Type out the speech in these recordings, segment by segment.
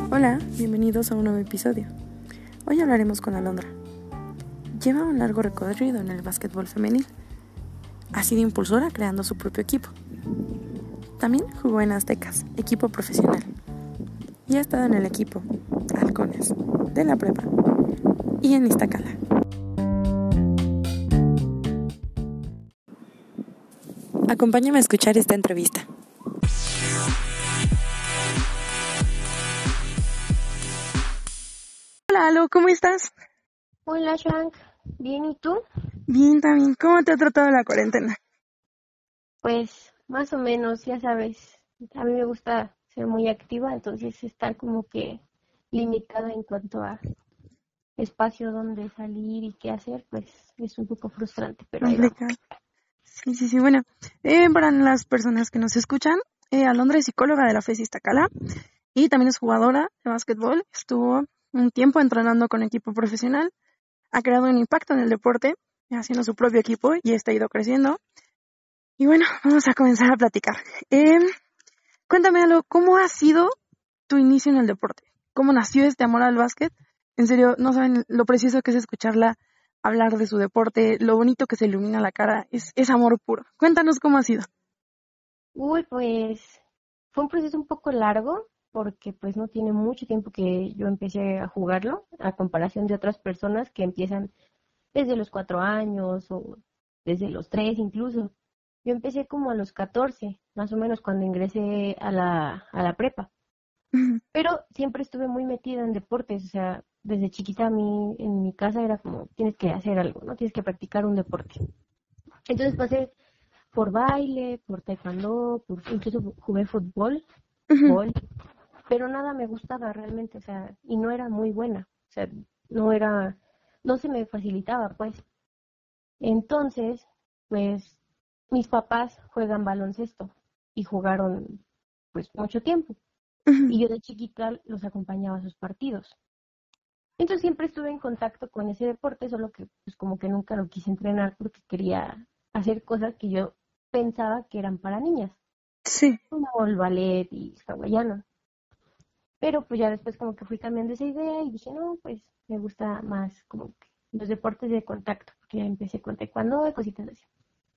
Hola, bienvenidos a un nuevo episodio. Hoy hablaremos con Alondra. Lleva un largo recorrido en el básquetbol femenil. Ha sido impulsora creando su propio equipo. También jugó en Aztecas, equipo profesional. Y ha estado en el equipo Halcones, de la prepa y en Iztacala. Acompáñame a escuchar esta entrevista. Hola, Alo, ¿cómo estás? Hola, Shank. Bien, ¿y tú? Bien, también. ¿Cómo te ha tratado la cuarentena? Pues más o menos, ya sabes, a mí me gusta ser muy activa, entonces estar como que limitada en cuanto a espacio donde salir y qué hacer, pues es un poco frustrante, pero ahí vamos. Complicado. Sí. Bueno, para las personas que nos escuchan, Alondra es psicóloga de la FES Iztacala y también es jugadora de básquetbol. Estuvo un tiempo entrenando con equipo profesional. Ha creado un impacto en el deporte, haciendo su propio equipo y está ido creciendo. Y bueno, vamos a comenzar a platicar. Cuéntame algo, ¿cómo ha sido tu inicio en el deporte? ¿Cómo nació este amor al básquet? En serio, no saben lo precioso que es escucharla hablar de su deporte, lo bonito que se ilumina la cara, es amor puro. Cuéntanos cómo ha sido. Pues fue un proceso un poco largo porque pues no tiene mucho tiempo que yo empecé a jugarlo, a comparación de otras personas que empiezan desde los 4 años o desde los 3 incluso. Yo empecé como a los 14, más o menos, cuando ingresé a la prepa. Pero siempre estuve muy metida en deportes, o sea, desde chiquita a mí, en mi casa era como, tienes que hacer algo, ¿no? Tienes que practicar un deporte. Entonces pasé por baile, por taekwondo, incluso jugué fútbol, vóley, pero nada me gustaba realmente, o sea, y no era muy buena, o sea, no se me facilitaba, pues. Entonces, pues, mis papás juegan baloncesto y jugaron, pues, mucho tiempo. Y yo de chiquita los acompañaba a sus partidos. Entonces siempre estuve en contacto con ese deporte, solo que pues como que nunca lo quise entrenar porque quería hacer cosas que yo pensaba que eran para niñas, Sí. como el ballet y el hawaiano. Pero pues ya después como que fui cambiando esa idea y dije, no, pues me gusta más como que los deportes de contacto, porque ya empecé con taekwondo y cositas así.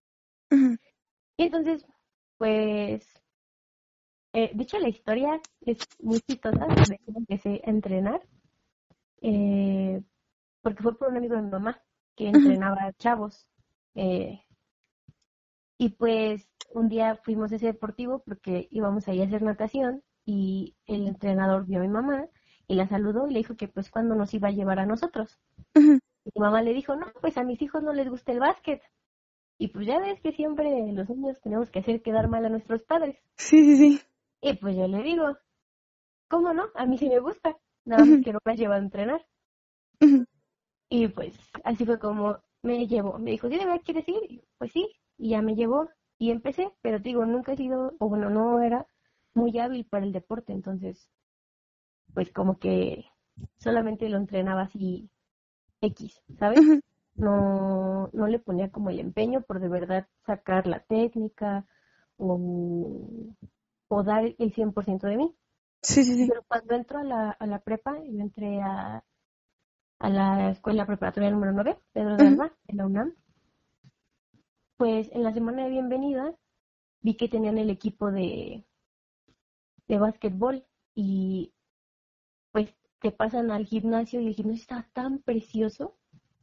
Y entonces, pues, de hecho la historia es muy chistosa de cómo empecé a entrenar. Eh, Porque fue por un amigo de mi mamá que entrenaba chavos. eh, y pues un día fuimos a ese deportivo porque íbamos ahí a hacer natación y el entrenador vio a mi mamá y la saludó y le dijo que pues cuándo nos iba a llevar a nosotros. Y mi mamá le dijo, no, pues a mis hijos no les gusta el básquet. Y pues ya ves que siempre los niños tenemos que hacer quedar mal a nuestros padres. Sí. Y pues yo le digo, ¿cómo no? A mí sí me gusta, nada más que no me has llevado a entrenar. Y pues así fue como me llevó. Me dijo, ¿sí de verdad quieres ir? Y yo, pues sí, y ya me llevó y empecé, pero te digo, nunca he sido, o bueno, no era muy hábil para el deporte, entonces pues como que solamente lo entrenaba así X, ¿sabes? No le ponía como el empeño por de verdad sacar la técnica o, o dar el 100% de mí. Sí. Pero cuando entro a la prepa, yo entré a la escuela preparatoria número 9 Pedro de Alba, en la UNAM. Pues en la semana de bienvenida vi que tenían el equipo de básquetbol y pues te pasan al gimnasio y el gimnasio estaba tan precioso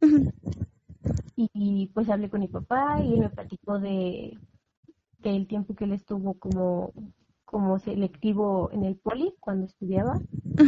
y pues hablé con mi papá y él me platicó del tiempo que él estuvo como selectivo en el poli cuando estudiaba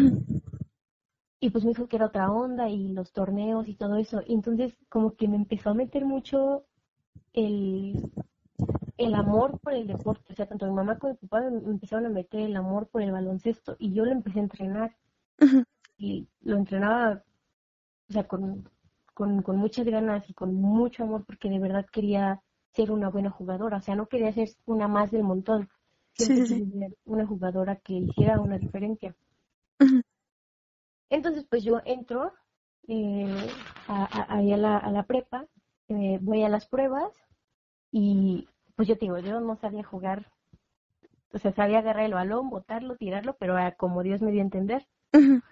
y pues me dijo que era otra onda y los torneos y todo eso. Y entonces como que me empezó a meter mucho el, el amor por el deporte, o sea, tanto mi mamá como mi papá me empezaron a meter el amor por el baloncesto y yo lo empecé a entrenar y lo entrenaba, o sea, con muchas ganas y con mucho amor porque de verdad quería ser una buena jugadora, o sea, no quería ser una más del montón, siempre Sí. quise ser una jugadora que hiciera una diferencia. Entonces, pues yo entro eh, ahí a la prepa, voy a las pruebas y pues yo te digo, yo no sabía jugar. O sea, sabía agarrar el balón, botarlo, tirarlo, pero como Dios me dio a entender. Ujú.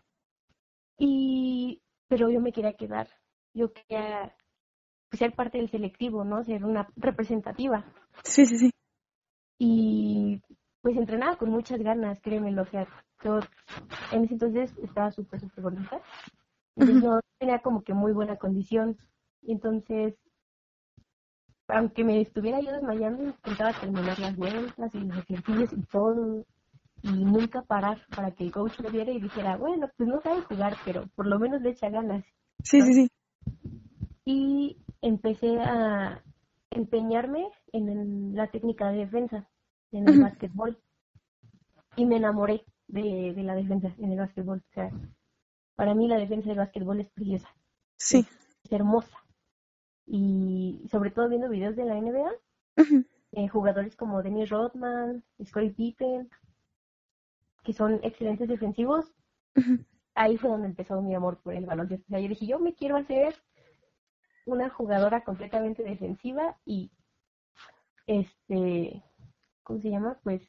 Pero yo me quería quedar, yo quería pues, ser parte del selectivo, ¿no? Ser una representativa. Sí, sí, sí. Y pues entrenaba con muchas ganas, créemelo, o sea, yo en ese entonces estaba súper, súper bonita, entonces Ujú. no tenía como que muy buena condición, y entonces, aunque me estuviera yo desmayando, intentaba terminar las vueltas y los ejercicios y todo, y nunca parar para que el coach me viera y dijera, bueno, pues no sabe jugar, pero por lo menos le echa ganas, Sí, sí, ¿no? sí. Y empecé a empeñarme la técnica de defensa en el Ujú. básquetbol y me enamoré de la defensa en el básquetbol. O sea, para mí la defensa del básquetbol es preciosa, es, Sí. es hermosa. Y sobre todo viendo videos de la NBA, Ujú. jugadores como Dennis Rodman, Scottie Pippen, que son excelentes defensivos, Ujú. ahí fue donde empezó mi amor por el baloncesto. O sea, yo dije, yo me quiero hacer una jugadora completamente defensiva y este, ¿cómo se llama? Pues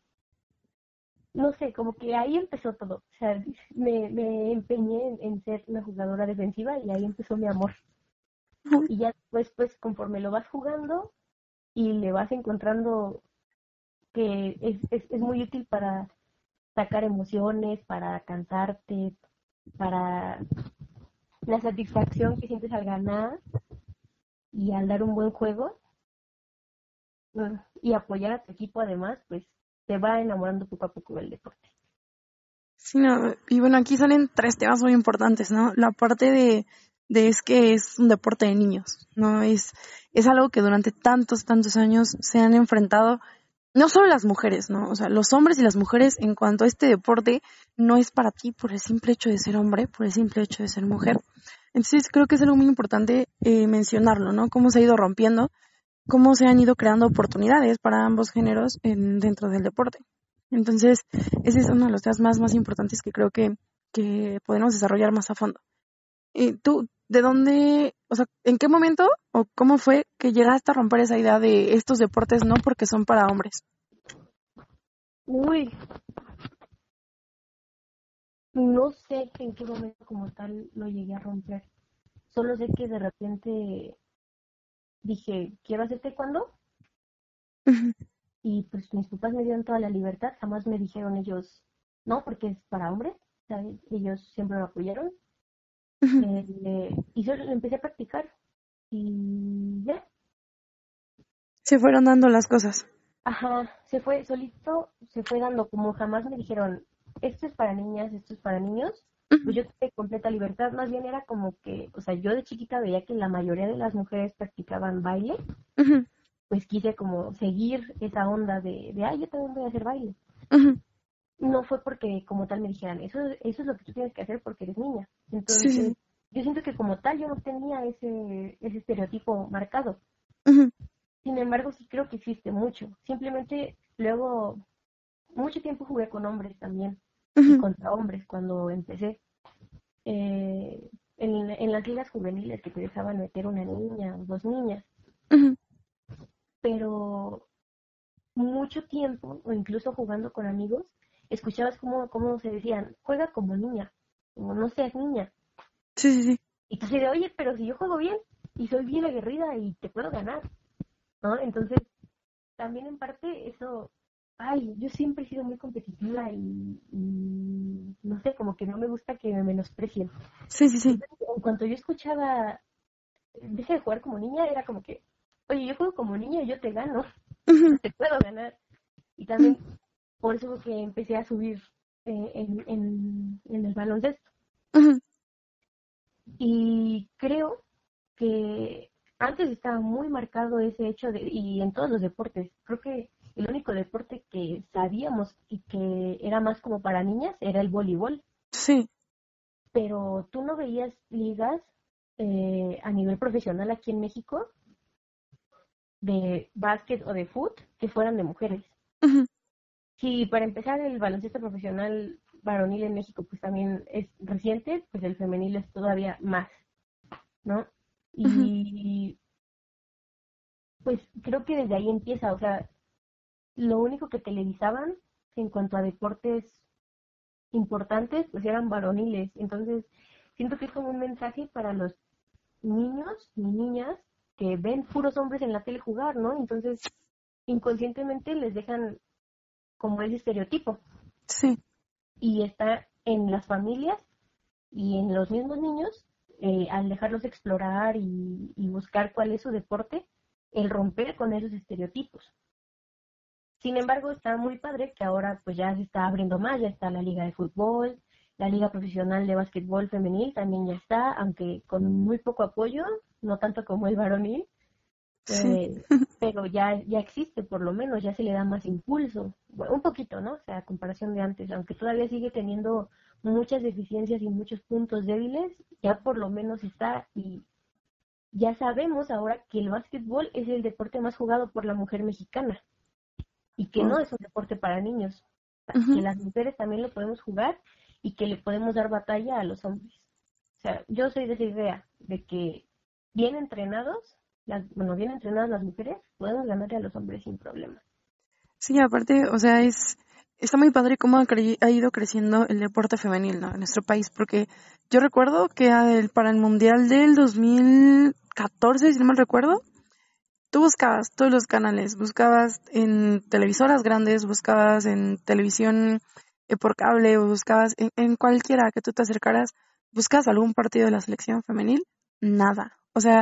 no sé, como que ahí empezó todo. O sea, me empeñé en ser una jugadora defensiva y ahí empezó mi amor. Ujú. Y ya después, pues conforme lo vas jugando y le vas encontrando que es muy útil para sacar emociones, para cansarte, para la satisfacción que sientes al ganar y al dar un buen juego y apoyar a tu equipo además, pues te va enamorando poco a poco del deporte. Sí, no, y bueno, aquí salen tres temas muy importantes, ¿no? La parte de es que es un deporte de niños, ¿no? Es algo que durante tantos, tantos años se han enfrentado, no solo las mujeres, ¿no? O sea, los hombres y las mujeres en cuanto a este deporte no es para ti por el simple hecho de ser hombre, por el simple hecho de ser mujer. Entonces creo que es algo muy importante mencionarlo, ¿no? Cómo se ha ido rompiendo, cómo se han ido creando oportunidades para ambos géneros dentro del deporte. Entonces, ese es uno de los temas más importantes que creo que podemos desarrollar más a fondo. ¿Tú, de dónde, o sea, en qué momento o cómo fue que llegaste a romper esa idea de estos deportes no porque son para hombres? Uy, no sé en qué momento como tal lo llegué a romper. Solo sé que de repente dije, quiero hacer taekwondo Ujú. y pues mis papás me dieron toda la libertad. Jamás me dijeron ellos, no, porque es para hombres, ¿sabes? Ellos siempre me apoyaron. Ujú. Y solo empecé a practicar y ya. Se fueron dando las cosas. Ajá, se fue solito, se fue dando como jamás me dijeron, esto es para niñas, esto es para niños. Pues Ujú. yo tuve completa libertad, más bien era como que, o sea, yo de chiquita veía que la mayoría de las mujeres practicaban baile, Ujú. pues quise como seguir esa onda yo también voy a hacer baile. Ujú. No fue porque como tal me dijeran, eso es lo que tú tienes que hacer porque eres niña. Sí, sí, Entonces, sí. yo siento que como tal yo no tenía ese estereotipo marcado. Ujú. Sin embargo, sí creo que existe mucho. Simplemente luego, mucho tiempo jugué con hombres también y Ujú. contra hombres cuando empecé. En las ligas juveniles que te dejaban meter una niña o dos niñas, Ujú. pero mucho tiempo, o incluso jugando con amigos, escuchabas cómo se decían, juega como niña, como no seas niña. Sí, sí, sí. Y tú dices, oye, pero si yo juego bien y soy bien aguerrida y te puedo ganar, ¿no? Entonces, también en parte eso, ay, yo siempre he sido muy competitiva y no sé, como que no me gusta que me menosprecien. Sí, sí, sí. Entonces, en cuanto yo escuchaba, deje de jugar como niña, era como que, oye, yo juego como niña y yo te gano, Ujú. te puedo ganar. Y Ujú. también por eso fue que empecé a subir en el baloncesto. Ujú. Y creo que antes estaba muy marcado ese hecho y en todos los deportes, creo que el único deporte que sabíamos y que era más como para niñas era el voleibol, Sí. pero tú no veías ligas a nivel profesional aquí en México de básquet o de fútbol que fueran de mujeres. Ujú. Sí, para empezar, el baloncesto profesional varonil en México pues también es reciente, pues el femenil es todavía más, ¿no? Ujú. Y pues creo que desde ahí empieza, o sea, lo único que televisaban en cuanto a deportes importantes pues eran varoniles. Entonces, siento que es como un mensaje para los niños y niñas que ven puros hombres en la tele jugar, ¿no? Entonces, inconscientemente les dejan como ese estereotipo. Sí. Y está en las familias y en los mismos niños, al dejarlos explorar y buscar cuál es su deporte, el romper con esos estereotipos. Sin embargo, está muy padre que ahora pues ya se está abriendo más, ya está la liga de fútbol, la liga profesional de básquetbol femenil también ya está, aunque con muy poco apoyo, no tanto como el varonil, Sí. pero ya existe por lo menos, ya se le da más impulso, bueno, un poquito, ¿no? O sea, a comparación de antes, aunque todavía sigue teniendo muchas deficiencias y muchos puntos débiles, ya por lo menos está y ya sabemos ahora que el básquetbol es el deporte más jugado por la mujer mexicana y que Oh. no es un deporte para niños, que Ujú. las mujeres también lo podemos jugar y que le podemos dar batalla a los hombres. O sea, yo soy de esa idea de que bien entrenados, bien entrenadas las mujeres, podemos ganarle a los hombres sin problema. Sí, aparte, o sea, está muy padre cómo ha ido creciendo el deporte femenil, ¿no? En nuestro país, porque yo recuerdo que para el Mundial del 2014, si no mal recuerdo, tú buscabas todos los canales, buscabas en televisoras grandes, buscabas en televisión por cable, o buscabas en cualquiera que tú te acercaras, buscabas algún partido de la selección femenil, nada. O sea,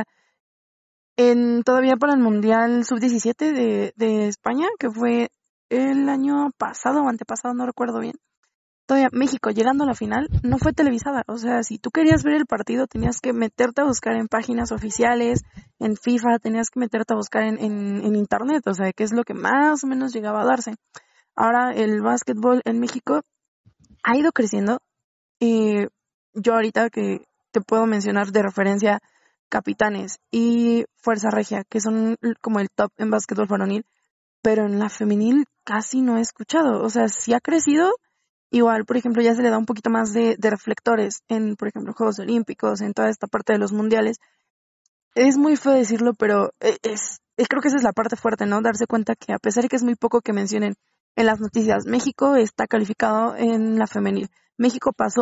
todavía para el Mundial Sub-17 de España, que fue el año pasado o antepasado, no recuerdo bien. Todavía México llegando a la final no fue televisada. O sea, si tú querías ver el partido tenías que meterte a buscar en páginas oficiales, en FIFA, tenías que meterte a buscar en internet, o sea, que es lo que más o menos llegaba a darse. Ahora el básquetbol en México ha ido creciendo. Yo ahorita que te puedo mencionar de referencia Capitanes y Fuerza Regia, que son como el top en básquetbol varonil, pero en la femenil casi no he escuchado. O sea, sí ha crecido. Igual, por ejemplo, ya se le da un poquito más de reflectores en, por ejemplo, Juegos Olímpicos, en toda esta parte de los mundiales. Es muy feo decirlo, pero creo que esa es la parte fuerte, ¿no? Darse cuenta que a pesar de que es muy poco que mencionen en las noticias, México está calificado en la femenil. México pasó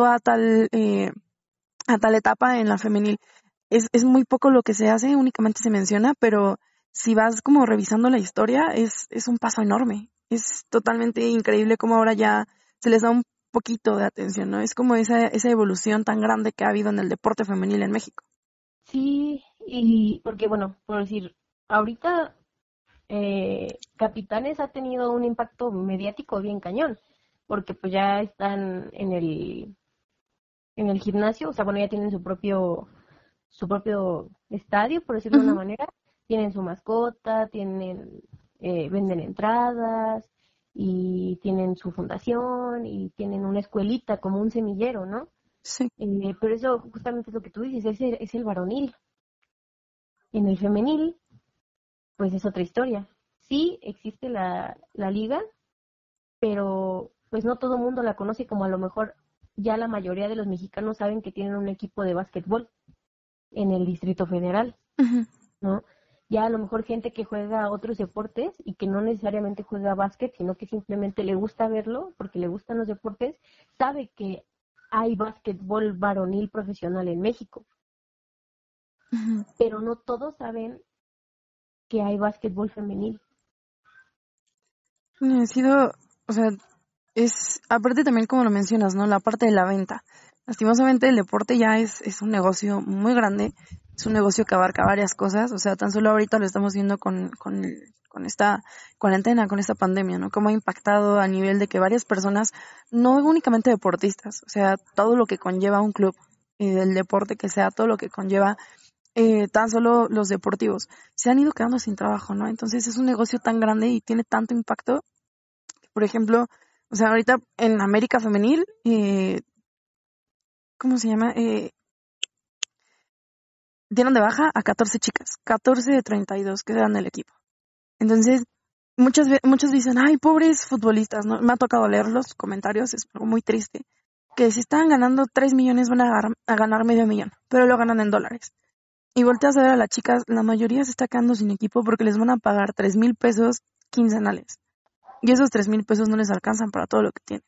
a tal etapa en la femenil. Es muy poco lo que se hace, únicamente se menciona, pero si vas como revisando la historia, es un paso enorme. Es totalmente increíble cómo ahora ya se les da un poquito de atención, ¿no? Es como esa evolución tan grande que ha habido en el deporte femenil en México. Sí, y porque bueno, por decir, ahorita Capitanes ha tenido un impacto mediático bien cañón, porque pues ya están en el gimnasio, o sea, bueno, ya tienen su propio estadio, por decirlo de una Ujú. manera, tienen su mascota, venden entradas y tienen su fundación y tienen una escuelita como un semillero, ¿no? Sí. Pero eso justamente es lo que tú dices, es el varonil. En el femenil, pues es otra historia. Sí existe la liga, pero pues no todo el mundo la conoce como a lo mejor ya la mayoría de los mexicanos saben que tienen un equipo de básquetbol en el Distrito Federal, Ujú. ¿no? Ya a lo mejor gente que juega otros deportes y que no necesariamente juega básquet, sino que simplemente le gusta verlo porque le gustan los deportes, sabe que hay básquetbol varonil profesional en México, Ujú. pero no todos saben que hay básquetbol femenil. Ha sido, o sea, aparte también como lo mencionas, ¿no? La parte de la venta. Lastimosamente el deporte ya es un negocio muy grande, es un negocio que abarca varias cosas, o sea, tan solo ahorita lo estamos viendo con esta cuarentena, con esta pandemia, ¿no? Cómo ha impactado a nivel de que varias personas, no únicamente deportistas, o sea, todo lo que conlleva un club, del deporte que sea, todo lo que conlleva tan solo los deportivos, se han ido quedando sin trabajo, ¿no? Entonces es un negocio tan grande y tiene tanto impacto. Por ejemplo, o sea, ahorita en América Femenil, ¿cómo se llama? Dieron de baja a 14 chicas, 14 de 32 que eran del equipo. Entonces, muchos dicen, ay, pobres futbolistas, ¿no? Me ha tocado leer los comentarios, es algo muy triste, que si estaban ganando 3 millones van a ganar medio millón, pero lo ganan en dólares. Y volteas a ver a las chicas, la mayoría se está quedando sin equipo porque les van a pagar 3,000 pesos quincenales. Y esos 3,000 pesos no les alcanzan para todo lo que tienen.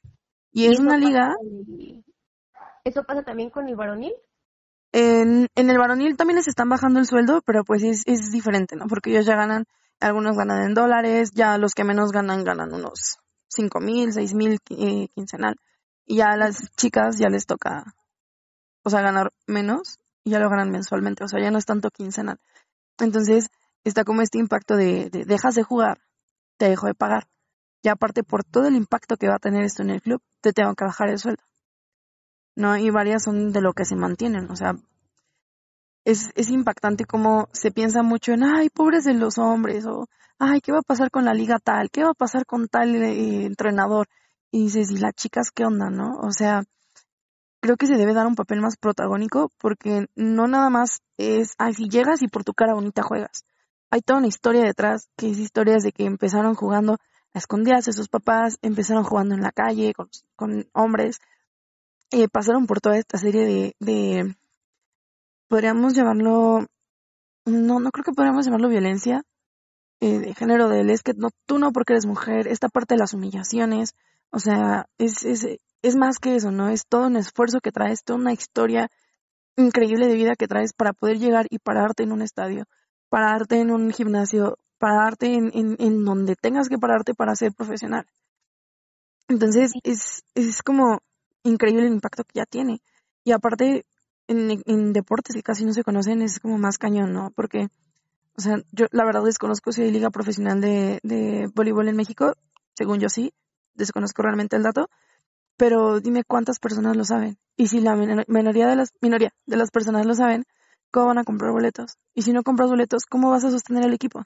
Y Y es una liga. eso pasa también con el varonil. En el varonil también les están bajando el sueldo, pero pues es diferente, ¿no? Porque ellos ya ganan, algunos ganan en dólares, ya los que menos ganan unos 5,000, 6,000 quincenal. Y ya a las chicas ya les toca, o sea, ganar menos y ya lo ganan mensualmente, o sea, ya no es tanto quincenal. Entonces, está como este impacto de dejas de jugar, te dejo de pagar. Y aparte, por todo el impacto que va a tener esto en el club, te tengo que bajar el sueldo, ¿no? Y varias son de lo que se mantienen, o sea, es impactante cómo se piensa mucho en, ay, pobres de los hombres, o, ay, ¿qué va a pasar con la liga tal? ¿Qué va a pasar con tal entrenador? Y dices, ¿y las chicas qué onda, no? O sea, creo que se debe dar un papel más protagónico porque no nada más es, ay, si llegas y por tu cara bonita juegas. Hay toda una historia detrás, que es historias de que empezaron jugando a escondidas de sus papás, empezaron jugando en la calle con hombres, pasaron por toda esta serie podríamos llamarlo, no creo que podríamos llamarlo violencia de género, es que no, tú no porque eres mujer, esta parte de las humillaciones, o sea, es más que eso, ¿no? Es todo un esfuerzo que traes, toda una historia increíble de vida que traes para poder llegar y pararte en un estadio, pararte en un gimnasio, pararte en donde tengas que pararte para ser profesional. Entonces es como increíble el impacto que ya tiene. Y aparte, en deportes que casi no se conocen, es como más cañón, ¿no? Porque, o sea, yo la verdad desconozco si hay liga profesional de voleibol en México, según yo sí, desconozco realmente el dato, pero dime cuántas personas lo saben. Y si la minoría de las personas lo saben, ¿cómo van a comprar boletos? Y si no compras boletos, ¿cómo vas a sostener el equipo?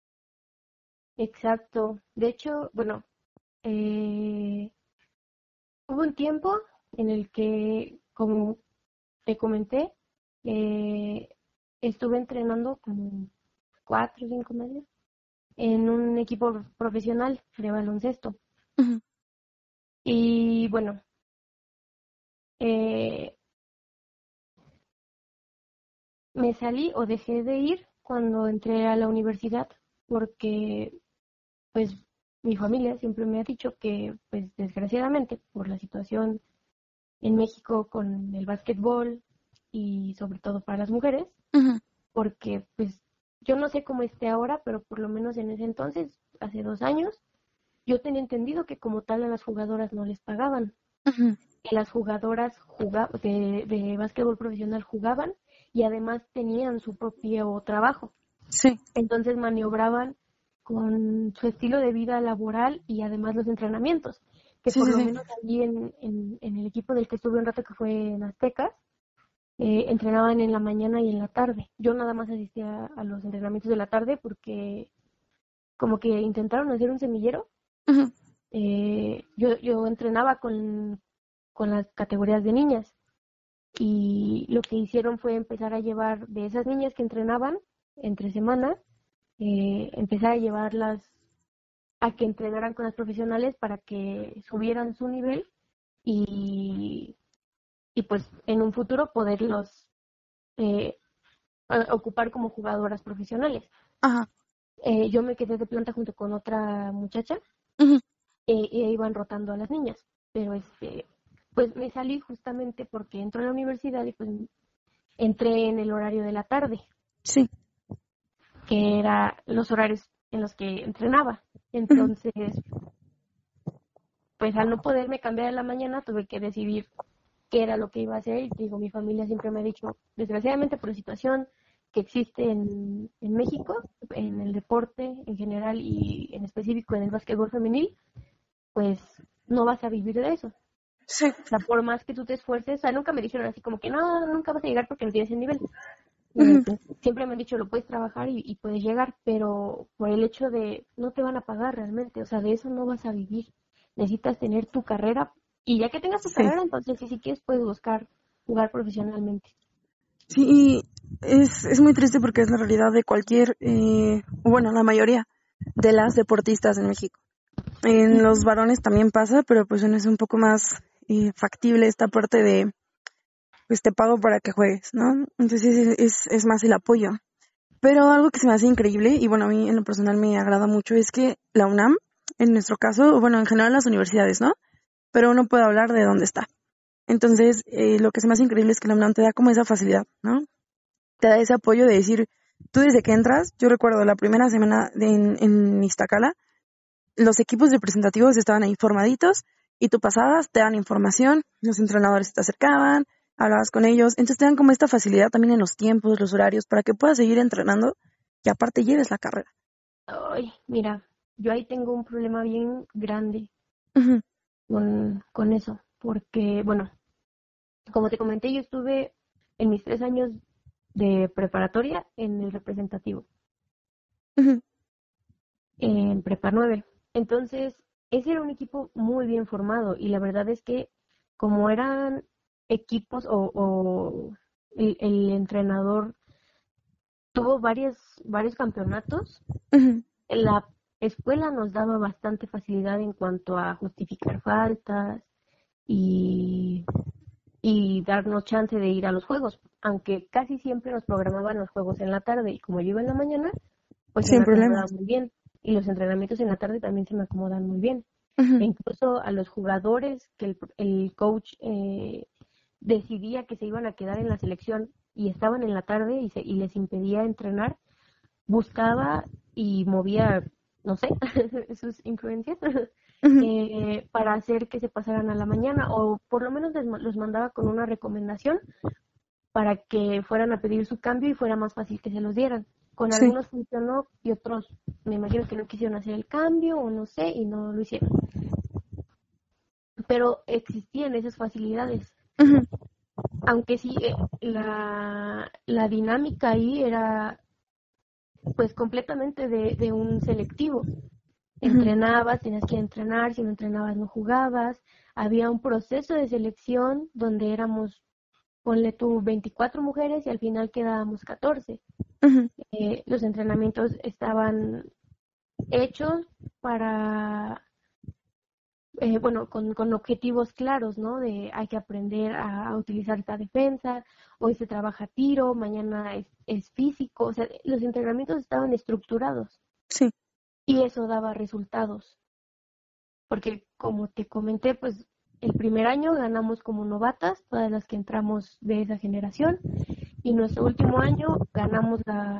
Exacto. De hecho, bueno, eh, hubo un tiempo en el que, como te comenté, eh, estuve entrenando como 4 o 5 meses en un equipo profesional de baloncesto. Ujú, Y bueno, eh, me salí o dejé de ir cuando entré a la universidad porque pues mi familia siempre me ha dicho que pues desgraciadamente por la situación en México con el básquetbol y sobre todo para las mujeres, ujú, porque pues yo no sé cómo esté ahora, pero por lo menos en ese entonces, hace 2 años, yo tenía entendido que como tal a las jugadoras no les pagaban, ujú. que las jugadoras de básquetbol profesional jugaban y además tenían su propio trabajo. Sí, Entonces maniobraban con su estilo de vida laboral y además los entrenamientos, que sí, por sí, lo sí. menos allí en el equipo del que estuve un rato que fue en Aztecas, entrenaban en la mañana y en la tarde. Yo nada más asistía a los entrenamientos de la tarde porque como que intentaron hacer un semillero. Ujú, Yo entrenaba con las categorías de niñas y lo que hicieron fue empezar a llevar de esas niñas que entrenaban entre semana, empezar a llevarlas a que entrenaran con las profesionales para que subieran su nivel y, y pues en un futuro poderlos eh, ocupar como jugadoras profesionales. ajá, Yo me quedé de planta junto con otra muchacha ujú, y iban rotando a las niñas, pero pues me salí justamente porque entré a la universidad y pues entré en el horario de la tarde, sí, que era los horarios en los que entrenaba. ujú, Entonces, pues al no poderme cambiar en la mañana, tuve que decidir qué era lo que iba a hacer. Y digo, mi familia siempre me ha dicho, desgraciadamente por la situación que existe en México, en el deporte en general y en específico en el básquetbol femenil, pues no vas a vivir de eso. sí, O sea, por más que tú te esfuerces, o sea, nunca me dijeron así como que no, nunca vas a llegar porque no tienes el nivel. ujú. Pues, siempre me han dicho, lo puedes trabajar y puedes llegar, pero por el hecho de no te van a pagar realmente, o sea, de eso no vas a vivir. Necesitas tener tu carrera y ya que tengas tu Sí, carrera, entonces sí, si quieres puedes buscar jugar profesionalmente. sí, y es muy triste porque es la realidad de cualquier, bueno, la mayoría de las deportistas en México. En los Ujú. varones también pasa, pero pues es un poco más factible esta parte de, pues te pago para que juegues, ¿no? Entonces es más el apoyo. Pero algo que se me hace increíble, y bueno, a mí en lo personal me agrada mucho, es que la UNAM, en nuestro caso, bueno, en general las universidades, ¿no? pero uno puede hablar de dónde está. Entonces, lo que se me hace increíble es que la UNAM te da como esa facilidad, ¿no? Te da ese apoyo de decir, tú desde que entras, yo recuerdo la primera semana en Iztacala, los equipos representativos estaban ahí formaditos y tú pasabas, te dan información, los entrenadores te acercaban, hablabas con ellos, entonces te dan como esta facilidad también en los tiempos, los horarios, para que puedas seguir entrenando y aparte lleves la carrera. Ay, mira, yo ahí tengo un problema bien grande Uh-huh. con eso, porque, bueno, como te comenté, yo estuve en mis 3 años de preparatoria en el representativo, Uh-huh. en Prepa 9. Entonces, ese era un equipo muy bien formado y la verdad es que como eran equipos o el entrenador tuvo varios campeonatos, Uh-huh. la escuela nos daba bastante facilidad en cuanto a justificar faltas y, y darnos chance de ir a los juegos, aunque casi siempre nos programaban los juegos en la tarde y como yo iba en la mañana, pues se Sin me acomodaba problemas. muy bien y los entrenamientos en la tarde también se me acomodan muy bien. E Uh-huh. incluso a los jugadores que el coach decidía que se iban a quedar en la selección y estaban en la tarde y les impedía entrenar, buscaba y movía, no sé, sus influencias Uh-huh. para hacer que se pasaran a la mañana o por lo menos los mandaba con una recomendación para que fueran a pedir su cambio y fuera más fácil que se los dieran. Con Sí. algunos funcionó y otros me imagino que no quisieron hacer el cambio o no sé y no lo hicieron. Pero existían esas facilidades. Uh-huh. Aunque sí, la dinámica ahí era pues completamente de un selectivo. Uh-huh. Entrenabas, tenías que entrenar, si no entrenabas no jugabas. Había un proceso de selección donde éramos, ponle tú, 24 mujeres y al final quedábamos 14. Uh-huh. Los entrenamientos estaban hechos para, bueno, con objetivos claros, ¿no? De hay que aprender a utilizar esta defensa, hoy se trabaja tiro, mañana es físico, o sea, los entrenamientos estaban estructurados Sí. y eso daba resultados, porque como te comenté, pues el primer año ganamos como novatas, todas las que entramos de esa generación, y nuestro último año ganamos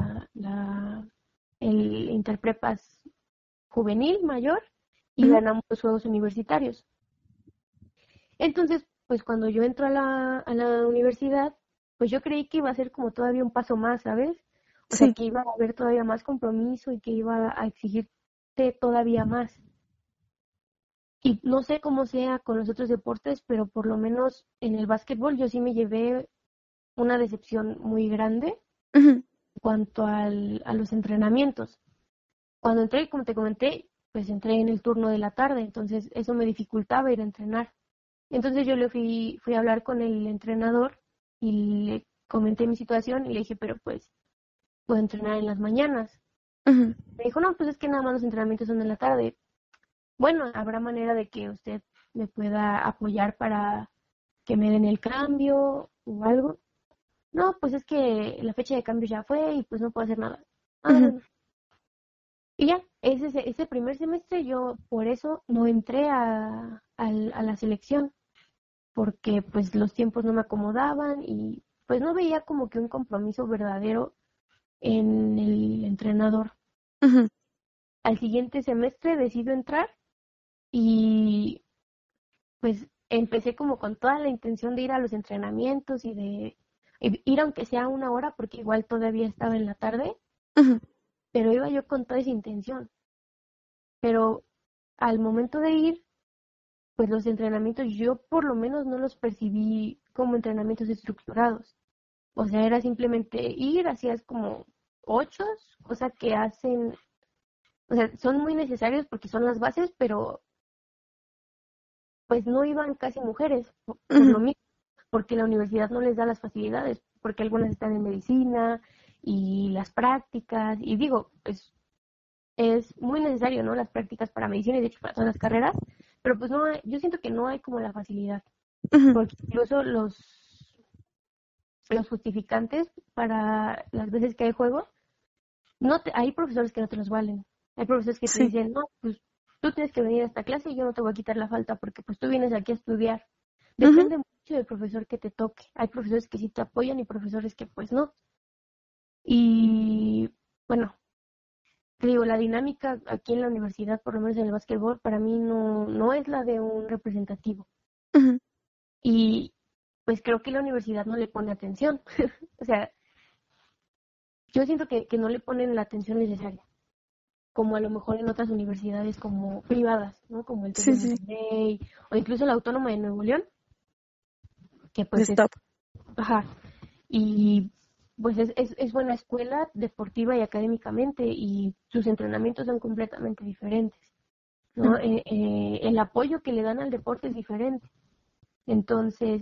el Interprepas juvenil mayor y Uh-huh. ganamos los Juegos Universitarios. Entonces, pues cuando yo entro a la universidad, pues yo creí que iba a ser como todavía un paso más, ¿sabes? O sea, Sí. que iba a haber todavía más compromiso y que iba a exigirte todavía más. Y no sé cómo sea con los otros deportes, pero por lo menos en el básquetbol yo sí me llevé una decepción muy grande Uh-huh. en cuanto a los entrenamientos. Cuando entré, como te comenté, pues entré en el turno de la tarde, entonces eso me dificultaba ir a entrenar. Entonces yo le fui a hablar con el entrenador y le comenté mi situación y le dije, pero pues puedo entrenar en las mañanas. Uh-huh. Me dijo, no, pues es que nada más los entrenamientos son en la tarde. Bueno, habrá manera de que usted me pueda apoyar para que me den el cambio o algo. No, pues es que la fecha de cambio ya fue y pues no puedo hacer nada. Ah, Uh-huh. bueno. Y ya, ese primer semestre yo por eso no entré a la selección, porque pues los tiempos no me acomodaban y pues no veía como que un compromiso verdadero en el entrenador. Uh-huh. Al siguiente semestre decido entrar y pues empecé como con toda la intención de ir a los entrenamientos y de ir aunque sea una hora porque igual todavía estaba en la tarde, Uh-huh. pero iba yo con toda esa intención. Pero al momento de ir, pues los entrenamientos yo por lo menos no los percibí como entrenamientos estructurados. O sea, era simplemente ir, hacías como ochos, cosa que hacen, o sea, son muy necesarios porque son las bases, pero pues no iban casi mujeres por Uh-huh. lo mismo, porque la universidad no les da las facilidades, porque algunas están en medicina y las prácticas, y digo, es muy necesario, ¿no? Las prácticas para medicina y de hecho para todas las carreras, pero pues no hay, yo siento que no hay como la facilidad, Uh-huh. porque incluso los justificantes para las veces que hay juegos, no hay profesores que no te los valen. Hay profesores que te Sí. dicen, no, pues tú tienes que venir a esta clase y yo no te voy a quitar la falta porque pues tú vienes aquí a estudiar. Depende mucho del profesor que te toque. Hay profesores que sí te apoyan y profesores que pues no. Y bueno, te digo, la dinámica aquí en la universidad, por lo menos en el básquetbol, para mí no es la de un representativo. Ujú. Y pues creo que la universidad no le pone atención. O sea, yo siento que no le ponen la atención necesaria, como a lo mejor en otras universidades como privadas, ¿no? Como el TEC Sí, de sí, Monterrey o incluso la Autónoma de Nuevo León, que de pues es, stop. ajá, y pues es buena escuela deportiva y académicamente y sus entrenamientos son completamente diferentes, ¿no? Ujú. El apoyo que le dan al deporte es diferente. Entonces,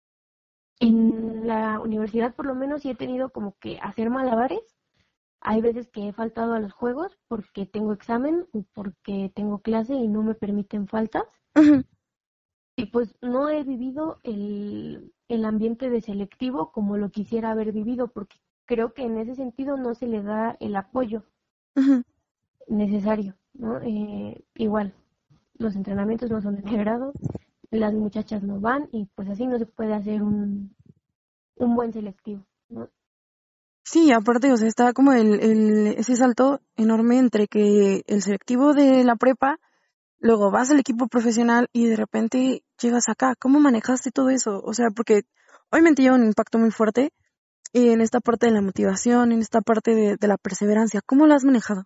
en la universidad por lo menos sí he tenido como que hacer malabares. Hay veces que he faltado a los juegos porque tengo examen o porque tengo clase y no me permiten faltas. Ujú. Y pues no he vivido el ambiente de selectivo como lo quisiera haber vivido porque creo que en ese sentido no se le da el apoyo Ujú. necesario, ¿no? Igual, los entrenamientos no son de mi agrado, las muchachas no van y pues así no se puede hacer un buen selectivo, ¿no? Sí, aparte, o sea, está como ese salto enorme entre que el selectivo de la prepa, luego vas al equipo profesional y de repente llegas acá. ¿Cómo manejaste todo eso? O sea, porque obviamente lleva un impacto muy fuerte en esta parte de la motivación, en esta parte de la perseverancia. ¿Cómo lo has manejado?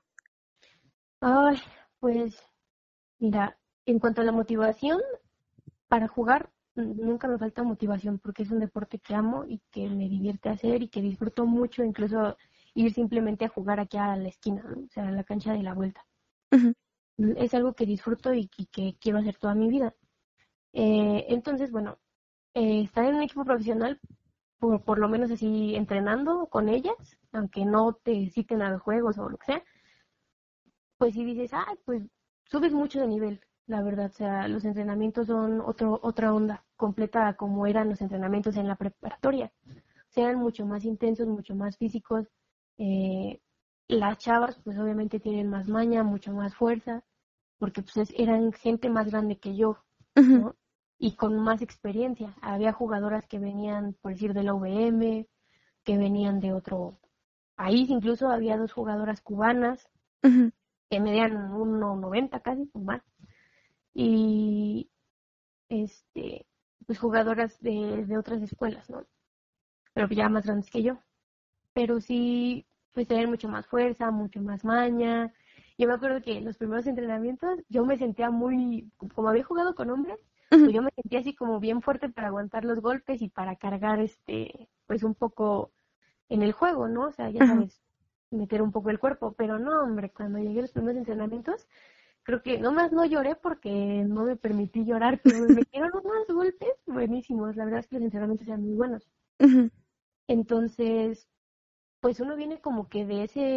Ay, pues mira, en cuanto a la motivación, para jugar nunca me falta motivación porque es un deporte que amo y que me divierte hacer y que disfruto mucho, incluso ir simplemente a jugar aquí a la esquina, ¿no? O sea, a la cancha de la vuelta. Ujú. Es algo que disfruto y que quiero hacer toda mi vida. Entonces, bueno, estar en un equipo profesional, por lo menos así entrenando con ellas, aunque no te citen a los juegos o lo que sea, pues si dices, ay, pues subes mucho de nivel, la verdad. O sea, los entrenamientos son otra onda completa a como eran los entrenamientos en la preparatoria. O sea, eran mucho más intensos, mucho más físicos. Eh, las chavas, pues obviamente tienen más maña, mucho más fuerza, porque pues eran gente más grande que yo, Ujú. ¿no? Y con más experiencia. Había jugadoras que venían, por decir, de la UVM, que venían de otro país, incluso había dos jugadoras cubanas Ujú. que medían 1,90 casi, o más. Y pues jugadoras de otras escuelas, ¿no? Pero ya más grandes que yo. Pero sí, pues tener mucho más fuerza, mucho más maña. Yo me acuerdo que en los primeros entrenamientos yo me sentía muy, como había jugado con hombres, Ujú. pues yo me sentía así como bien fuerte para aguantar los golpes y para cargar pues un poco en el juego, ¿no? O sea, ya Ajá. sabes, meter un poco el cuerpo, pero no, hombre, cuando llegué a los primeros entrenamientos, creo que nomás no lloré porque no me permití llorar, pero me metieron unos golpes buenísimos. La verdad es que los entrenamientos eran muy buenos. Ujú. Entonces, pues uno viene como que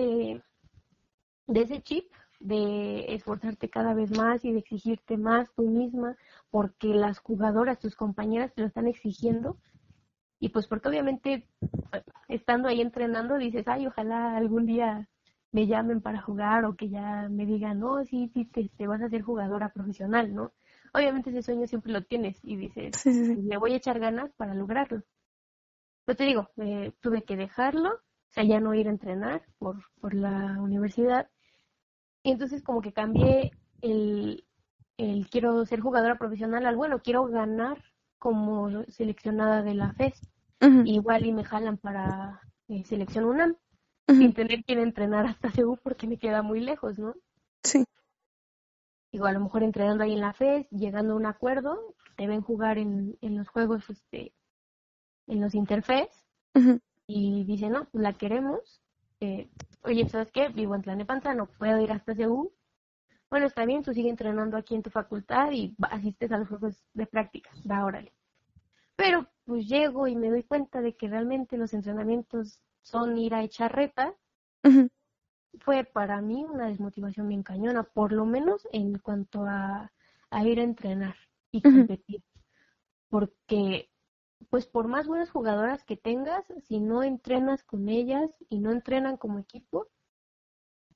de ese chip de esforzarte cada vez más y de exigirte más tú misma, porque las jugadoras, tus compañeras te lo están exigiendo. Y pues porque obviamente estando ahí entrenando dices, ay, ojalá algún día me llamen para jugar o que ya me digan, no, sí, sí, te vas a ser jugadora profesional, ¿no? Obviamente ese sueño siempre lo tienes y dices, Sí, sí, sí. pues, le voy a echar ganas para lograrlo. Pero te digo, tuve que dejarlo, o sea, ya no ir a entrenar por la universidad. Y entonces como que cambié el quiero ser jugadora profesional al, bueno, quiero ganar como seleccionada de la FES. Ujú. Igual y me jalan para selección UNAM, Ujú. sin tener que ir a entrenar hasta CEU porque me queda muy lejos, ¿no? Sí. Igual a lo mejor entrenando ahí en la FES, llegando a un acuerdo, te ven jugar en los juegos, en los interfes, Ujú. y dicen, no, pues la queremos. Oye, ¿sabes qué? Vivo en Tlalnepantla, no puedo ir hasta CEU. Bueno, está bien, tú sigue entrenando aquí en tu facultad y asistes a los juegos de práctica, va, órale. Pero pues llego y me doy cuenta de que realmente los entrenamientos son ir a echar reta. Ujú. Fue para mí una desmotivación bien cañona, por lo menos en cuanto a ir a entrenar y Ujú. competir. Porque, pues por más buenas jugadoras que tengas, si no entrenas con ellas y no entrenan como equipo,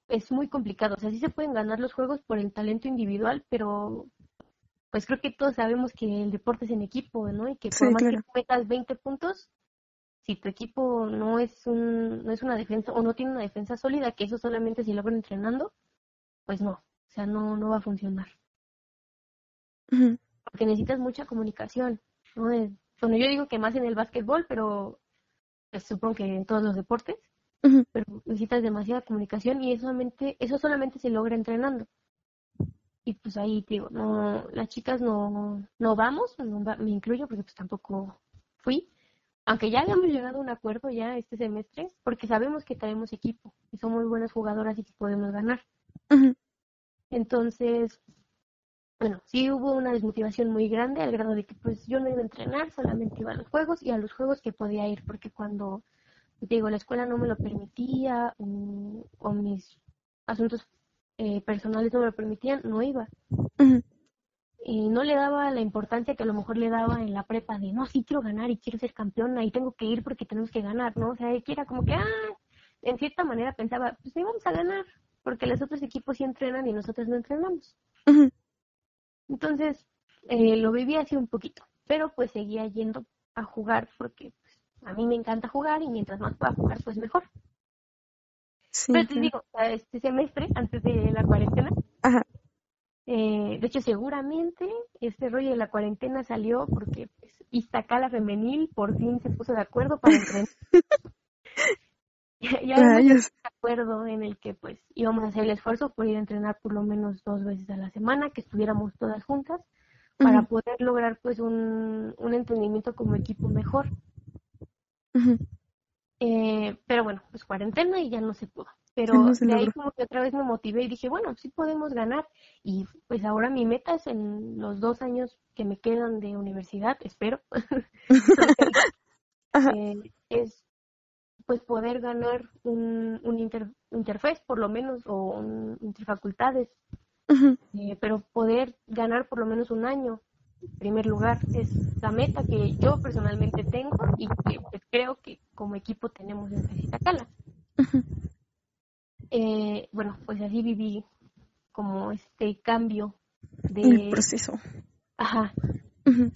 es muy complicado. O sea, sí se pueden ganar los juegos por el talento individual, pero pues creo que todos sabemos que el deporte es en equipo, ¿no? Y que por Sí, más que claro. tú metas 20 puntos, si tu equipo no es una defensa o no tiene una defensa sólida, que eso solamente se logra entrenando, pues no, o sea, no va a funcionar. Ujú, Porque necesitas mucha comunicación, ¿no? Bueno, yo digo que más en el básquetbol, pero pues, supongo que en todos los deportes, ujú, pero necesitas demasiada comunicación y eso solamente se logra entrenando. Y pues ahí te digo, no, las chicas no vamos, me incluyo porque pues tampoco fui, aunque ya habíamos llegado a un acuerdo ya este semestre, porque sabemos que traemos equipo y somos buenas jugadoras y que podemos ganar. ujú, Entonces, bueno, sí hubo una desmotivación muy grande al grado de que pues yo no iba a entrenar, solamente iba a los juegos y a los juegos que podía ir, porque cuando, te digo, la escuela no me lo permitía o mis asuntos personales no me lo permitían, no iba. ujú, Y no le daba la importancia que a lo mejor le daba en la prepa de, no, sí quiero ganar y quiero ser campeona y tengo que ir porque tenemos que ganar, ¿no? O sea, que era como que, en cierta manera pensaba, pues sí vamos a ganar, porque los otros equipos sí entrenan y nosotros no entrenamos. ujú. Entonces, lo viví así un poquito, pero pues seguía yendo a jugar porque pues, a mí me encanta jugar y mientras más pueda jugar, pues mejor. Sí, Pero te claro. digo, este semestre, antes de la cuarentena, Ajá. de hecho, seguramente este rollo de la cuarentena salió porque pues, Iztacala Femenil por fin se puso de acuerdo para entrenar. Ya habíamos llegado Rayos. a un acuerdo en el que pues íbamos a hacer el esfuerzo por ir a entrenar por lo menos 2 veces a la semana, que estuviéramos todas juntas, para Ujú, poder lograr pues un entendimiento como equipo mejor. ujú. Pero bueno, pues cuarentena y ya no se pudo. Ya no Pero se de ahí logró. como que otra vez me motivé y dije, bueno, sí podemos ganar. Y pues ahora mi meta es en los 2 años que me quedan de universidad, espero, Ajá. es pues poder ganar un interfez por lo menos o un interfacultades, Ujú. pero poder ganar por lo menos un año. En primer lugar, es la meta que yo personalmente tengo y que pues, creo que como equipo tenemos en Cala. Ujú. Bueno, pues así viví como este cambio El de, proceso. ajá, Ujú.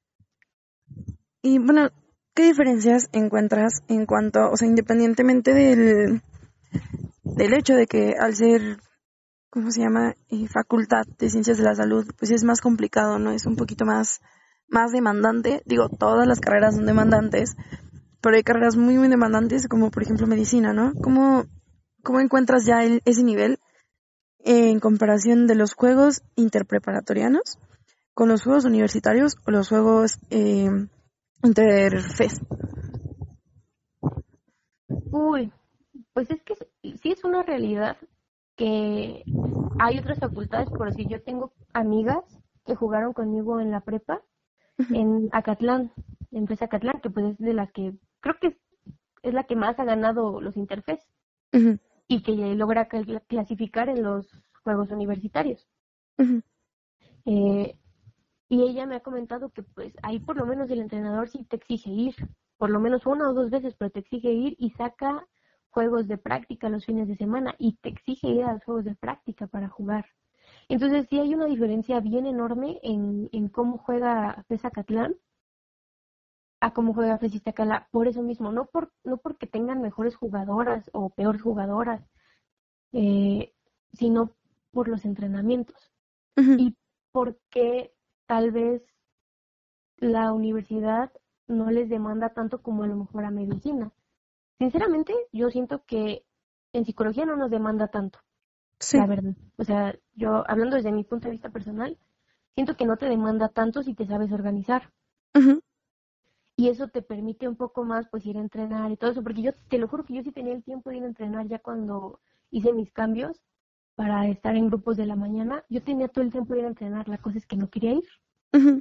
Y bueno, ¿qué diferencias encuentras en cuanto, o sea, independientemente del hecho de que al ser, ¿cómo se llama? Facultad de Ciencias de la Salud, pues es más complicado, ¿no? Es un poquito más demandante. Digo, todas las carreras son demandantes, pero hay carreras muy, muy demandantes, como por ejemplo medicina, ¿no? ¿Cómo encuentras ya ese nivel en comparación de los juegos interpreparatorianos con los juegos universitarios o los juegos interfez? uy, pues es que sí es una realidad que hay otras facultades, por decir, yo tengo amigas que jugaron conmigo en la prepa Ujú, en Acatlán, la empresa Acatlán, que pues es de las que, creo que es la que más ha ganado los interfez ujú, y que logra clasificar en los juegos universitarios. ujú, Eh, y ella me ha comentado que pues ahí por lo menos el entrenador sí te exige ir, por lo menos 1 o 2 veces, pero te exige ir y saca juegos de práctica los fines de semana y te exige ir a los juegos de práctica para jugar. Entonces sí hay una diferencia bien enorme en cómo juega FES Acatlán a cómo juega FES Iztacala, por eso mismo, no porque tengan mejores jugadoras o peores jugadoras, eh, sino por los entrenamientos ujú. y porque tal vez la universidad no les demanda tanto como a lo mejor a medicina. Sinceramente, yo siento que en psicología no nos demanda tanto, Sí. la verdad. O sea, yo hablando desde mi punto de vista personal, siento que no te demanda tanto si te sabes organizar. Ujú, Y eso te permite un poco más pues ir a entrenar y todo eso, porque yo te lo juro que yo sí tenía el tiempo de ir a entrenar ya cuando hice mis cambios para estar en grupos de la mañana. Yo tenía todo el tiempo de ir a entrenar, la cosa es que no quería ir. ujú,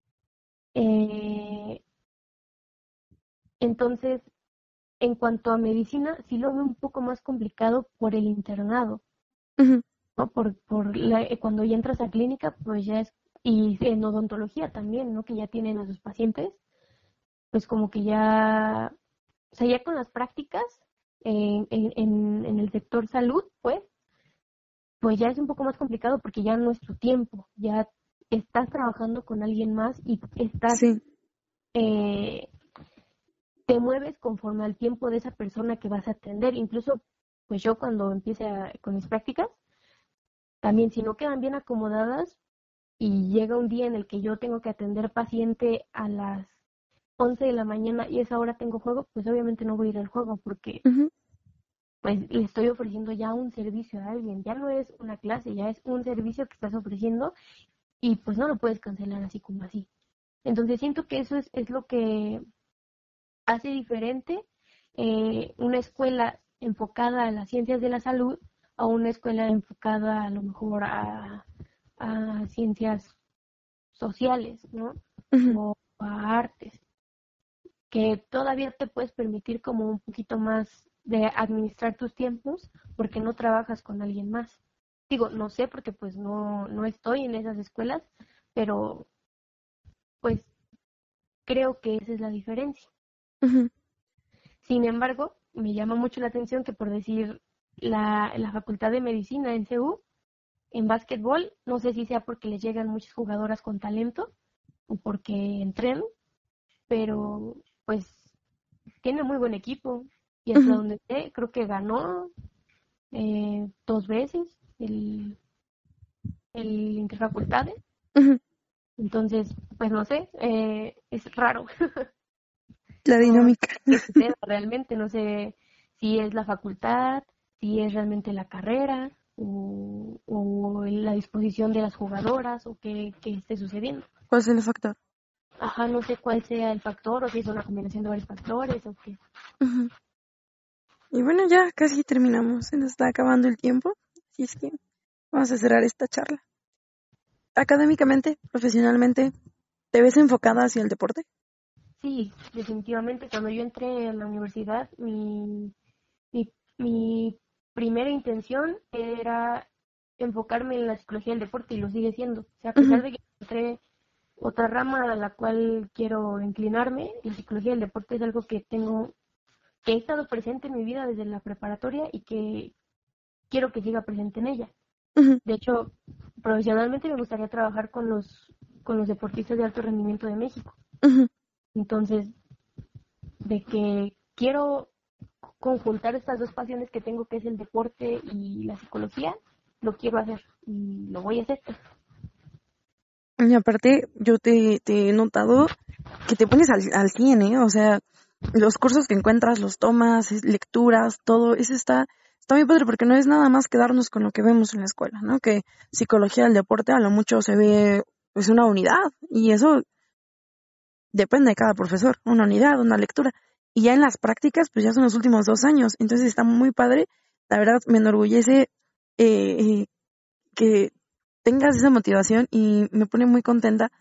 Eh, entonces, en cuanto a medicina, sí lo veo un poco más complicado por el internado, ujú. ¿no? Cuando ya entras a clínica, pues ya es, y en odontología también, ¿no? Que ya tienen a sus pacientes, pues como que ya, o sea, ya con las prácticas en el sector salud, pues, pues ya es un poco más complicado porque ya no es tu tiempo, ya estás trabajando con alguien más y estás, Sí. eh, te mueves conforme al tiempo de esa persona que vas a atender. Incluso, pues yo cuando empiece con mis prácticas, también si no quedan bien acomodadas y llega un día en el que yo tengo que atender paciente a las 11 de la mañana y a esa hora tengo juego, pues obviamente no voy a ir al juego porque Ujú. pues le estoy ofreciendo ya un servicio a alguien, ya no es una clase, ya es un servicio que estás ofreciendo y pues no lo puedes cancelar así como así. Entonces siento que eso es lo que hace diferente una escuela enfocada a las ciencias de la salud a una escuela enfocada a lo mejor a ciencias sociales, ¿no? Ujú. O a artes, que todavía te puedes permitir como un poquito más de administrar tus tiempos porque no trabajas con alguien más. Digo, no sé porque pues no estoy en esas escuelas, pero pues creo que esa es la diferencia. Ujú. Sin embargo, me llama mucho la atención que por decir la Facultad de Medicina en CU, en básquetbol, no sé si sea porque les llegan muchas jugadoras con talento o porque entrenan, pero pues tiene muy buen equipo y hasta Ujú. donde sé, creo que ganó 2 veces el Interfacultades. Ujú. Entonces, pues no sé, es raro. La No sé dinámica. qué suceda realmente, no sé si es la facultad, si es realmente la carrera o la disposición de las jugadoras o qué esté sucediendo. ¿Cuál es el factor? Ajá, no sé cuál sea el factor o si es una combinación de varios factores o qué. Ujú. Y bueno, ya casi terminamos, se nos está acabando el tiempo, así es que vamos a cerrar esta charla. Académicamente, profesionalmente, ¿te ves enfocada hacia el deporte? Sí, definitivamente. Cuando yo entré a la universidad, mi primera intención era enfocarme en la psicología del deporte y lo sigue siendo. O sea, a Ujú. pesar de que entré otra rama a la cual quiero inclinarme, la psicología del deporte es algo que he estado presente en mi vida desde la preparatoria y que quiero que siga presente en ella. Ujú. De hecho, profesionalmente me gustaría trabajar con los deportistas de alto rendimiento de México. Ujú. Entonces, de que quiero conjuntar estas dos pasiones que tengo, que es el deporte y la psicología, lo quiero hacer y lo voy a hacer. Y aparte, yo te he notado que te pones al 100, ¿eh? O sea, los cursos que encuentras, los tomas, lecturas, todo, eso está muy padre porque no es nada más quedarnos con lo que vemos en la escuela, ¿no? Que psicología del deporte a lo mucho se ve pues una unidad y eso depende de cada profesor, una unidad, una lectura. Y ya en las prácticas, pues ya son los últimos 2 años, entonces está muy padre. La verdad, me enorgullece eh, que tengas esa motivación y me pone muy contenta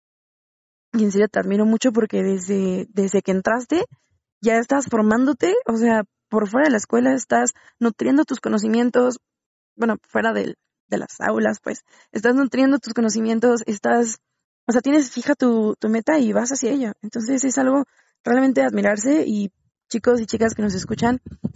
y en serio te admiro mucho porque desde que entraste ya estás formándote, o sea, por fuera de la escuela estás nutriendo tus conocimientos, bueno, fuera de las aulas, pues, estás nutriendo tus conocimientos, o sea, tienes fija tu meta y vas hacia ella. Entonces es algo realmente de admirarse y chicos y chicas que nos escuchan,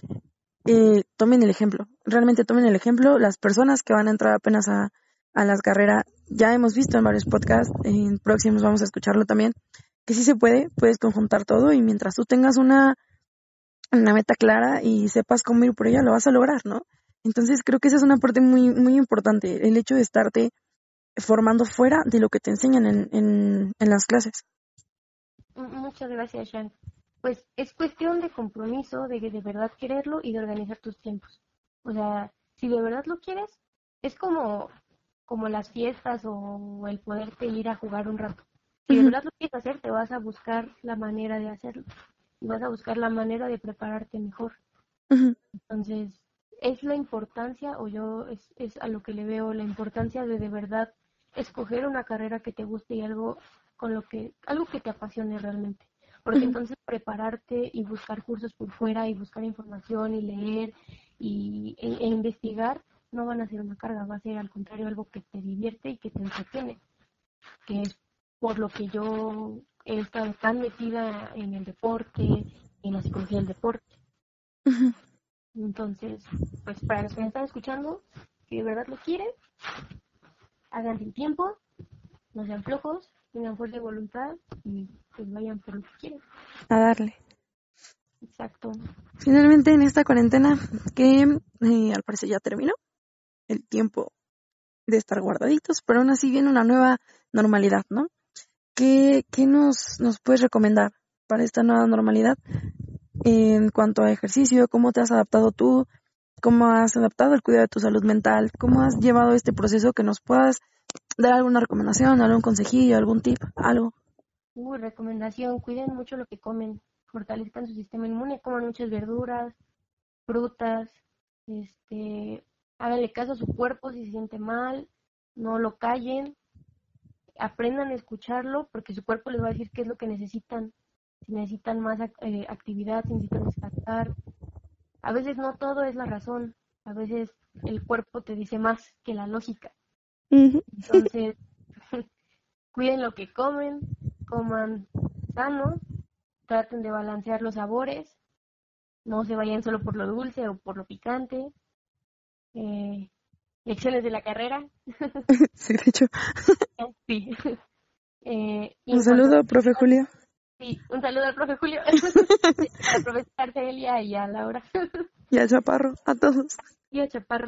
tomen el ejemplo, realmente tomen el ejemplo. Las personas que van a entrar apenas a las carreras, ya hemos visto en varios podcasts, en próximos vamos a escucharlo también, que sí se puede, puedes conjuntar todo y mientras tú tengas una meta clara y sepas cómo ir por ella, lo vas a lograr, ¿no? Entonces creo que esa es una parte muy, muy importante, el hecho de estarte formando fuera de lo que te enseñan en las clases. Muchas gracias, Shan. Pues es cuestión de compromiso, de verdad quererlo y de organizar tus tiempos. O sea, si de verdad lo quieres, es como las fiestas o el poderte ir a jugar un rato. Si de Ujú. verdad lo quieres hacer, te vas a buscar la manera de hacerlo y vas a buscar la manera de prepararte mejor. Ujú. Entonces, es la importancia, o yo es a lo que le veo la importancia de verdad escoger una carrera que te guste y algo que te apasione realmente. Porque Ujú. entonces prepararte y buscar cursos por fuera y buscar información y leer e investigar no van a ser una carga, va a ser al contrario algo que te divierte y que te entretiene, que es por lo que yo he estado tan metida en el deporte, en la psicología del deporte. Ujú. Entonces, pues para los que me están escuchando, que de verdad lo quieren, hagan sin tiempo, no sean flojos, tengan fuerza de voluntad y pues vayan por lo que quieren. A darle. Exacto. Finalmente, en esta cuarentena, que al parecer ya terminó, el tiempo de estar guardaditos, pero aún así viene una nueva normalidad, ¿no? ¿Qué nos puedes recomendar para esta nueva normalidad en cuanto a ejercicio? ¿Cómo te has adaptado tú? ¿Cómo has adaptado el cuidado de tu salud mental? ¿Cómo has llevado este proceso? Que nos puedas dar alguna recomendación, algún consejillo, algún tip, algo. Recomendación, cuiden mucho lo que comen, fortalezcan su sistema inmune, coman muchas verduras, frutas, háganle caso a su cuerpo si se siente mal, no lo callen, aprendan a escucharlo porque su cuerpo les va a decir qué es lo que necesitan, si necesitan más actividad, si necesitan descansar. A veces no todo es la razón, a veces el cuerpo te dice más que la lógica. Entonces, cuiden lo que coman sano, traten de balancear los sabores, no se vayan solo por lo dulce o por lo picante. Lecciones de la carrera. Sí, de hecho. Sí. Un saludo, profe Julio. Sí, un saludo al profe Julio, al profesor Arcelia y a Laura. Y al Chaparro, a todos. Y a Chaparro.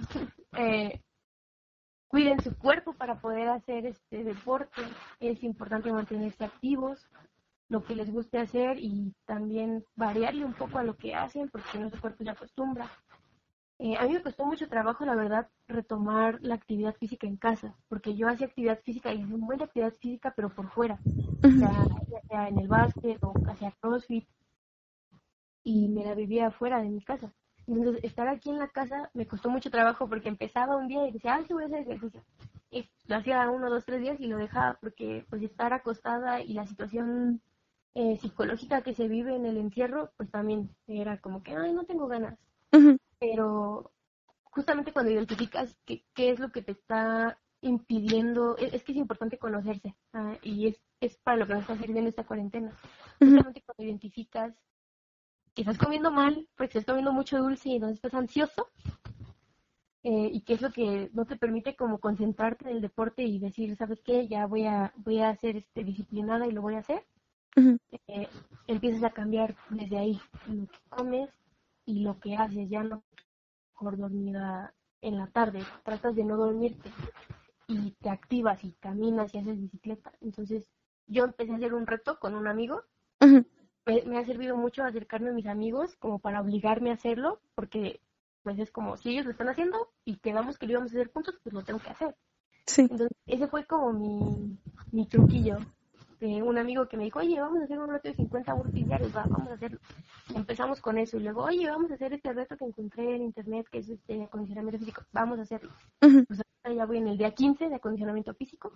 Cuiden su cuerpo para poder hacer este deporte. Es importante mantenerse activos, lo que les guste hacer y también variarle un poco a lo que hacen, porque si no su cuerpo se acostumbra. A mí me costó mucho trabajo, la verdad, retomar la actividad física en casa, porque yo hacía actividad física y un buen de actividad física, pero por fuera, ya sea en el básquet o hacía CrossFit, y me la vivía fuera de mi casa. Entonces, estar aquí en la casa me costó mucho trabajo porque empezaba un día y decía, sí voy a hacer ejercicio. Y lo hacía 1, 2, 3 días y lo dejaba porque pues estar acostada y la situación psicológica que se vive en el encierro, pues también era como que, ay, no tengo ganas. Pero justamente cuando identificas qué es lo que te está impidiendo, es que es importante conocerse, y es para lo que nos está sirviendo esta cuarentena. Justamente cuando identificas que estás comiendo mal, porque estás comiendo mucho dulce y entonces estás ansioso, y que es lo que no te permite como concentrarte en el deporte y decir, ¿sabes qué? Ya voy a ser disciplinada y lo voy a hacer. Empiezas a cambiar desde ahí lo que comes y lo que haces, ya no por dormida en la tarde, tratas de no dormirte y te activas y caminas y haces bicicleta. Entonces yo empecé a hacer un reto con un amigo. Me ha servido mucho acercarme a mis amigos como para obligarme a hacerlo, porque pues es como si ellos lo están haciendo y quedamos que lo íbamos a hacer juntos, pues lo tengo que hacer. Sí. Entonces ese fue como mi truquillo. Un amigo que me dijo, oye, vamos a hacer un reto de 50 burpees diarios, vamos a hacerlo. Y empezamos con eso y luego, oye, vamos a hacer este reto que encontré en internet, que es acondicionamiento físico, vamos a hacerlo. Pues ahora ya voy en el día 15 de acondicionamiento físico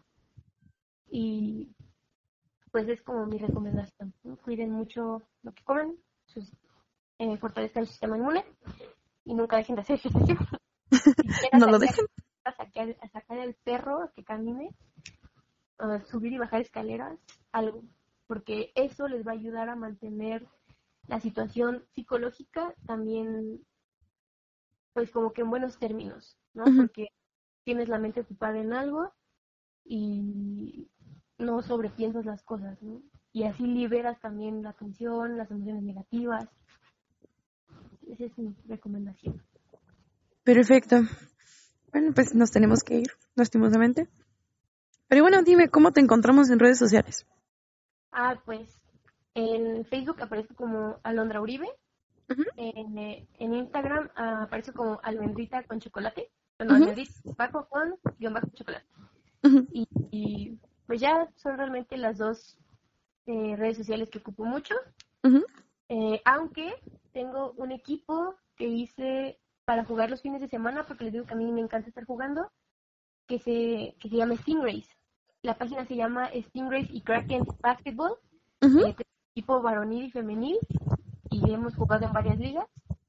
y pues es como mi recomendación, ¿no? Cuiden mucho lo que comen, fortalezcan su sistema inmune y nunca dejen de hacer ejercicio. No lo dejen. A sacar al perro a que camine, a subir y bajar escaleras, algo, porque eso les va a ayudar a mantener la situación psicológica también, pues como que en buenos términos, ¿no? Porque tienes la mente ocupada en algo y no sobrepiensas las cosas, ¿no? Y así liberas también la tensión, las emociones negativas. Esa es mi recomendación. Perfecto. Bueno, pues nos tenemos que ir, lastimosamente. Pero bueno, dime, ¿cómo te encontramos en redes sociales? Pues en Facebook aparezco como Alondra Uribe. En Instagram aparezco como almendrita con chocolate. Bueno, almendrita bajo con guión bajo chocolate. Y pues ya son realmente las dos redes sociales que ocupo mucho. Aunque tengo un equipo que hice para jugar los fines de semana, porque les digo que a mí me encanta estar jugando, que se llama Stingrays. La página se llama Stingrays y Kraken Basketball. Equipo varonil y femenil, y hemos jugado en varias ligas,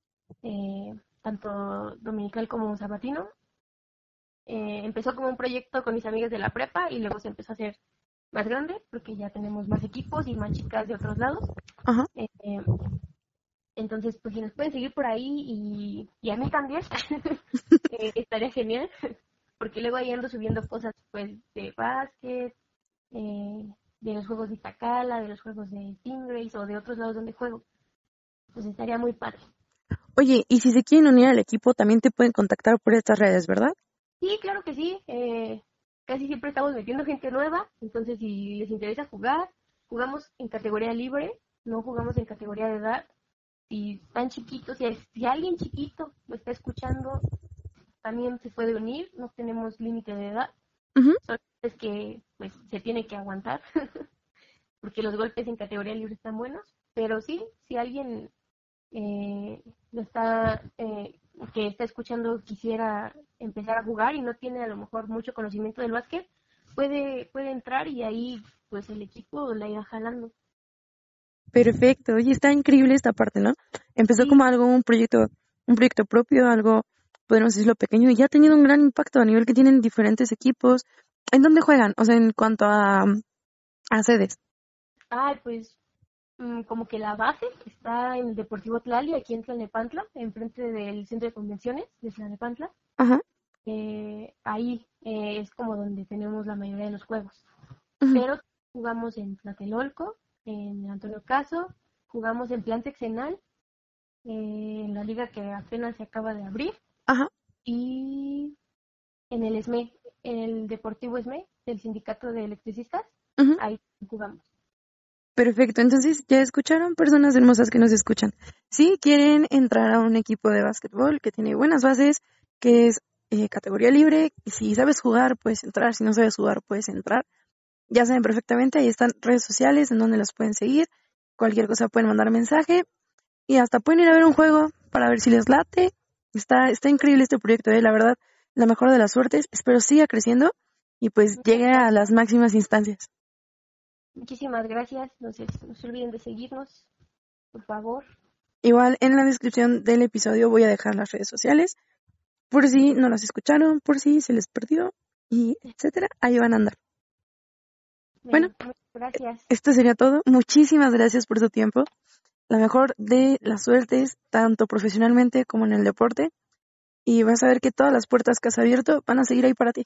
tanto dominical como sabatino. Empezó como un proyecto con mis amigas de la prepa y luego se empezó a hacer más grande porque ya tenemos más equipos y más chicas de otros lados. Entonces, pues si nos pueden seguir por ahí y a mí también, estaría genial, porque luego ahí ando subiendo cosas pues de básquet, de los juegos de Itacala, de los juegos de Stingrays o de otros lados donde juego. Pues estaría muy padre. Oye, y si se quieren unir al equipo, también te pueden contactar por estas redes, ¿verdad? Sí, claro que sí. Casi siempre estamos metiendo gente nueva, entonces si les interesa jugar, jugamos en categoría libre, no jugamos en categoría de edad. Si están chiquitos, si alguien chiquito lo está escuchando, también se puede unir, no tenemos límite de edad. Ujú. Solo es que pues se tiene que aguantar, porque los golpes en categoría libre están buenos. Pero sí, si alguien lo está que está escuchando quisiera empezar a jugar y no tiene a lo mejor mucho conocimiento del básquet, puede entrar y ahí pues el equipo la irá jalando. Perfecto. Oye, está increíble esta parte, ¿no? Empezó Sí, como algo, un proyecto propio, algo, podemos decirlo pequeño, y ya ha tenido un gran impacto a nivel que tienen diferentes equipos. ¿En dónde juegan? O sea, en cuanto a sedes. pues como que la base está en el Deportivo Tlali, aquí en Tlalnepantla, enfrente del centro de convenciones de Tlalnepantla. Ajá. Ahí es como donde tenemos la mayoría de los juegos. Ujú. Pero jugamos en Tlatelolco, en Antonio Caso, jugamos en Plan Texenal, en la liga que apenas se acaba de abrir, Ajá. y en el SME, en el Deportivo SME, del Sindicato de Electricistas, Ujú. ahí jugamos. Perfecto. Entonces, ya escucharon, personas hermosas que nos escuchan. Si quieren entrar a un equipo de básquetbol que tiene buenas bases, que es categoría libre, y si sabes jugar, puedes entrar. Si no sabes jugar, puedes entrar. Ya saben perfectamente, ahí están redes sociales en donde los pueden seguir. Cualquier cosa pueden mandar mensaje y hasta pueden ir a ver un juego para ver si les late. Está increíble este proyecto, la verdad, la mejor de las suertes. Espero siga creciendo y pues Muchas llegue a gracias. las máximas instancias. Muchísimas gracias. No se olviden de seguirnos, por favor. Igual en la descripción del episodio voy a dejar las redes sociales por si no las escucharon, por si se les perdió y etcétera. Ahí van a andar. Bueno, Muchas gracias. esto sería todo. Muchísimas gracias por su tiempo. La mejor de las suertes, tanto profesionalmente como en el deporte. Y vas a ver que todas las puertas que has abierto van a seguir ahí para ti.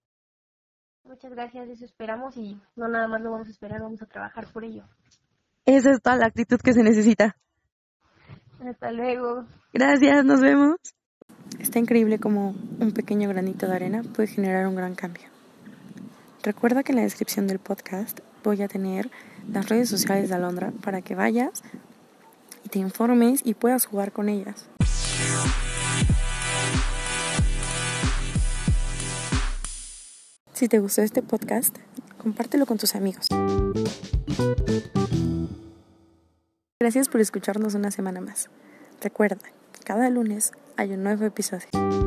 Muchas gracias, eso esperamos y no nada más lo vamos a esperar, vamos a trabajar por ello. Esa es toda la actitud que se necesita. Hasta luego. Gracias, nos vemos. Está increíble cómo un pequeño granito de arena puede generar un gran cambio. Recuerda que en la descripción del podcast voy a tener las redes sociales de Alondra para que vayas y te informes y puedas jugar con ellas. Si te gustó este podcast, compártelo con tus amigos. Gracias por escucharnos una semana más. Recuerda, cada lunes hay un nuevo episodio.